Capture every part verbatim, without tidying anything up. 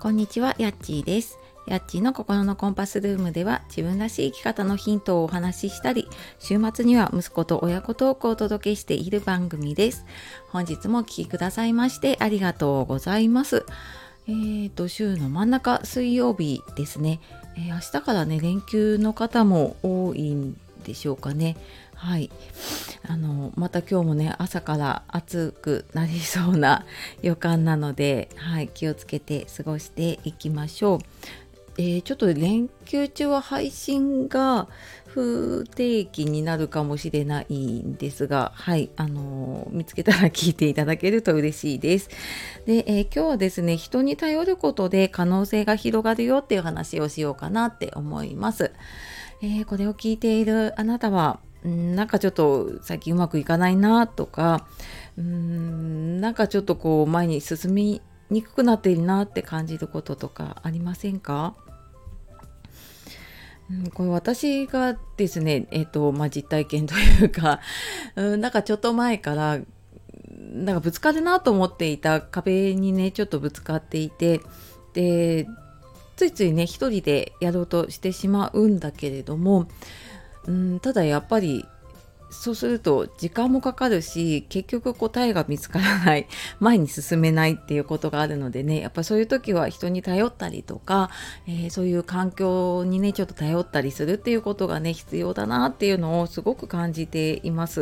こんにちは、やっちーです。やっちーの心のコンパスルームでは、自分らしい生き方のヒントをお話ししたり、週末には息子と親子トークをお届けしている番組です。本日もお聞きくださいましてありがとうございます。えーと週の真ん中、水曜日ですね。えー明日からね連休の方も多いんでしょうかね。はい、あのまた今日もね朝から暑くなりそうな予感なので、はい、気をつけて過ごしていきましょう。えーちょっと連休中は配信が不定期になるかもしれないんですが、はい、あの見つけたら聞いていただけると嬉しいです。で、えー今日はですね、人に頼ることで可能性が広がるよっていう話をしようかなって思います。えーこれを聞いているあなたは、んなんかちょっと最近うまくいかないなとか、うーんなんかちょっとこう前に進みにくくなっているなって感じることとかありませんか？うん、これ私がですね、えっと、まあ、実体験というか、うん、なんかちょっと前から、なんかぶつかるなと思っていた壁にね、ちょっとぶつかっていて、で、ついついね、一人でやろうとしてしまうんだけれども、うん、ただやっぱりそうすると時間もかかるし、結局答えが見つからない、前に進めないっていうことがあるのでね、やっぱそういう時は人に頼ったりとか、えーそういう環境にねちょっと頼ったりするっていうことがね必要だなっていうのをすごく感じています。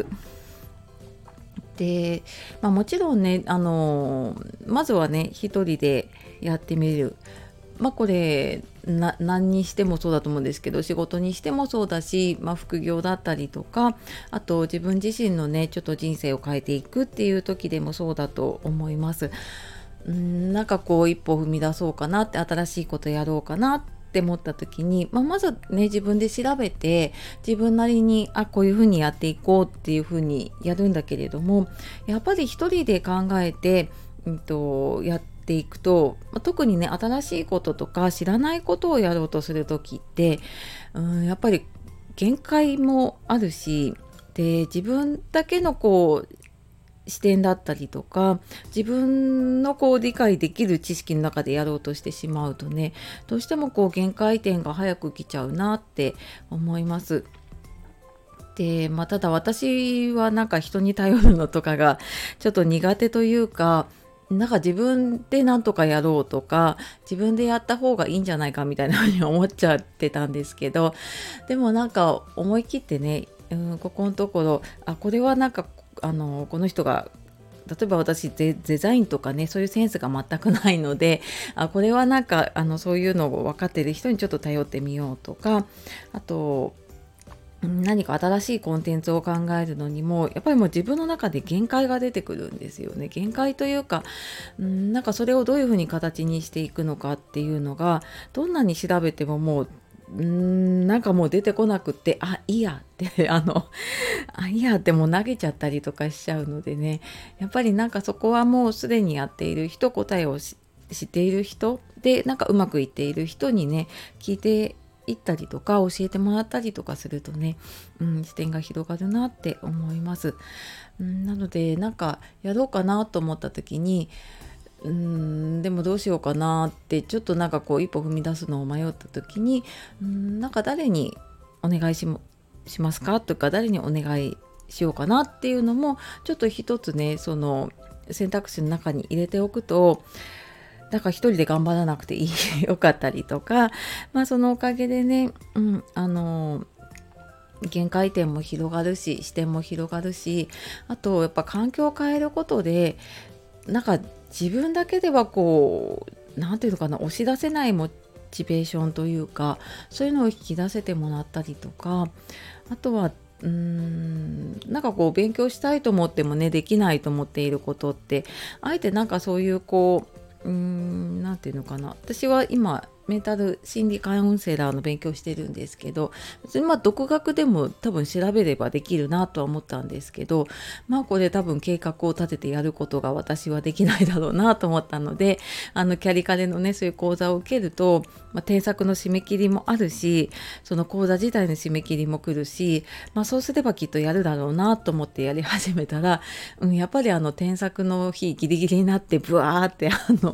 で、まあ、もちろんね、あのまずはね一人でやってみる。まあこれな何にしてもそうだと思うんですけど、仕事にしてもそうだし、まあ、副業だったりとか、あと自分自身のねちょっと人生を変えていくっていう時でもそうだと思います。うーんなんかこう一歩踏み出そうかなって、新しいことやろうかなって思った時に、まあ、まずね自分で調べて、自分なりにあこういうふうにやっていこうっていうふうにやるんだけれども、やっぱり一人で考えて、うんと、やっていくと、まあ特にね新しいこととか知らないことをやろうとする時って、うんやっぱり限界もあるし、で自分だけのこう視点だったりとか、自分のこう理解できる知識の中でやろうとしてしまうとね、どうしてもこう限界点が早く来ちゃうなって思います。で、まあ、ただ私はなんか人に頼るのとかがちょっと苦手というか、なんか自分でなんとかやろうとか、自分でやった方がいいんじゃないかみたいなふうに思っちゃってたんですけど、でもなんか思い切ってね、うん、ここのところ、あ、これはなんかあのこの人が、例えば私デデザインとかねそういうセンスが全くないので、あこれはなんかあのそういうのを分かっている人にちょっと頼ってみようとか、あとうん何か新しいコンテンツを考えるのにもやっぱりもう自分の中で限界が出てくるんですよね。限界というか、うんなんかそれをどういうふうに形にしていくのかっていうのが、どんなに調べてももううーんなんかもう出てこなくって、あいいやってあのあいいやってもう投げちゃったりとかしちゃうのでね、やっぱりなんかそこはもうすでにやっている人、答えをし知っている人で、なんかうまくいっている人にね聞いていったりとか教えてもらったりとかするとね、うん、視点が広がるなって思います。うん、なのでなんかやろうかなと思った時に、うーんでもどうしようかなってちょっとなんかこう一歩踏み出すのを迷った時に、うーんなんか誰にお願いしもしますかとか、誰にお願いしようかなっていうのもちょっと一つね、その選択肢の中に入れておくと、なんか一人で頑張らなくていいよかったりとか、まあそのおかげでね、うん、あの限界点も広がるし、視点も広がるし、あとやっぱ環境を変えることで、なんか自分だけではこう、なんていうのかな、押し出せないモチベーションというか、そういうのを引き出せてもらったりとか、あとはうーんなんかこう勉強したいと思ってもねできないと思っていることって、あえてなんかそういうこううーんなんていうのかな、私は今メンタル心理カウンセラーの勉強してるんですけど、別にまあ独学でも多分調べればできるなとは思ったんですけど、まあこれ多分計画を立ててやることが私はできないだろうなと思ったので、あのキャリカレのねそういう講座を受けると、まあ、添削の締め切りもあるし、その講座自体の締め切りも来るし、まあ、そうすればきっとやるだろうなと思ってやり始めたら、うん、やっぱりあの添削の日ギリギリになってブワーってあの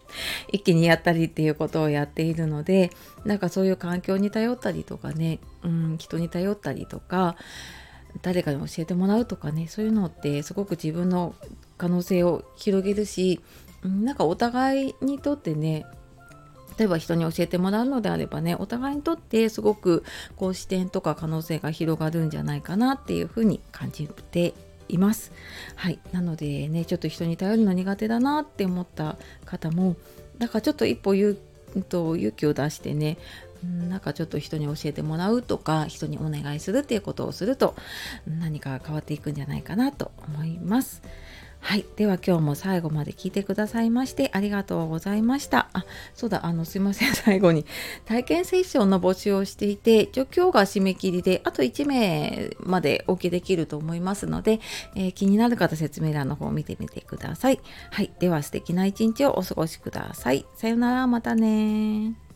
一気にやったりっていうことをやっているので、なんかそういう環境に頼ったりとかね、うん、人に頼ったりとか、誰かに教えてもらうとかね、そういうのってすごく自分の可能性を広げるし、うん、なんかお互いにとってね、例えば人に教えてもらうのであればね、お互いにとってすごくこう視点とか可能性が広がるんじゃないかなっていうふうに感じています。はい。なのでね、ちょっと人に頼るの苦手だなって思った方も、だからちょっと一歩勇と勇気を出してね、うん、なんかちょっと人に教えてもらうとか、人にお願いするっていうことをすると、何か変わっていくんじゃないかなと思います。はい。では今日も最後まで聞いてくださいましてありがとうございました。あ、そうだ、あの、すいません。最後に体験セッションの募集をしていて、一応今日が締め切りで、あといち名までお受けできると思いますので、えー気になる方説明欄の方を見てみてください。はい。では素敵な一日をお過ごしください。さよなら、またね。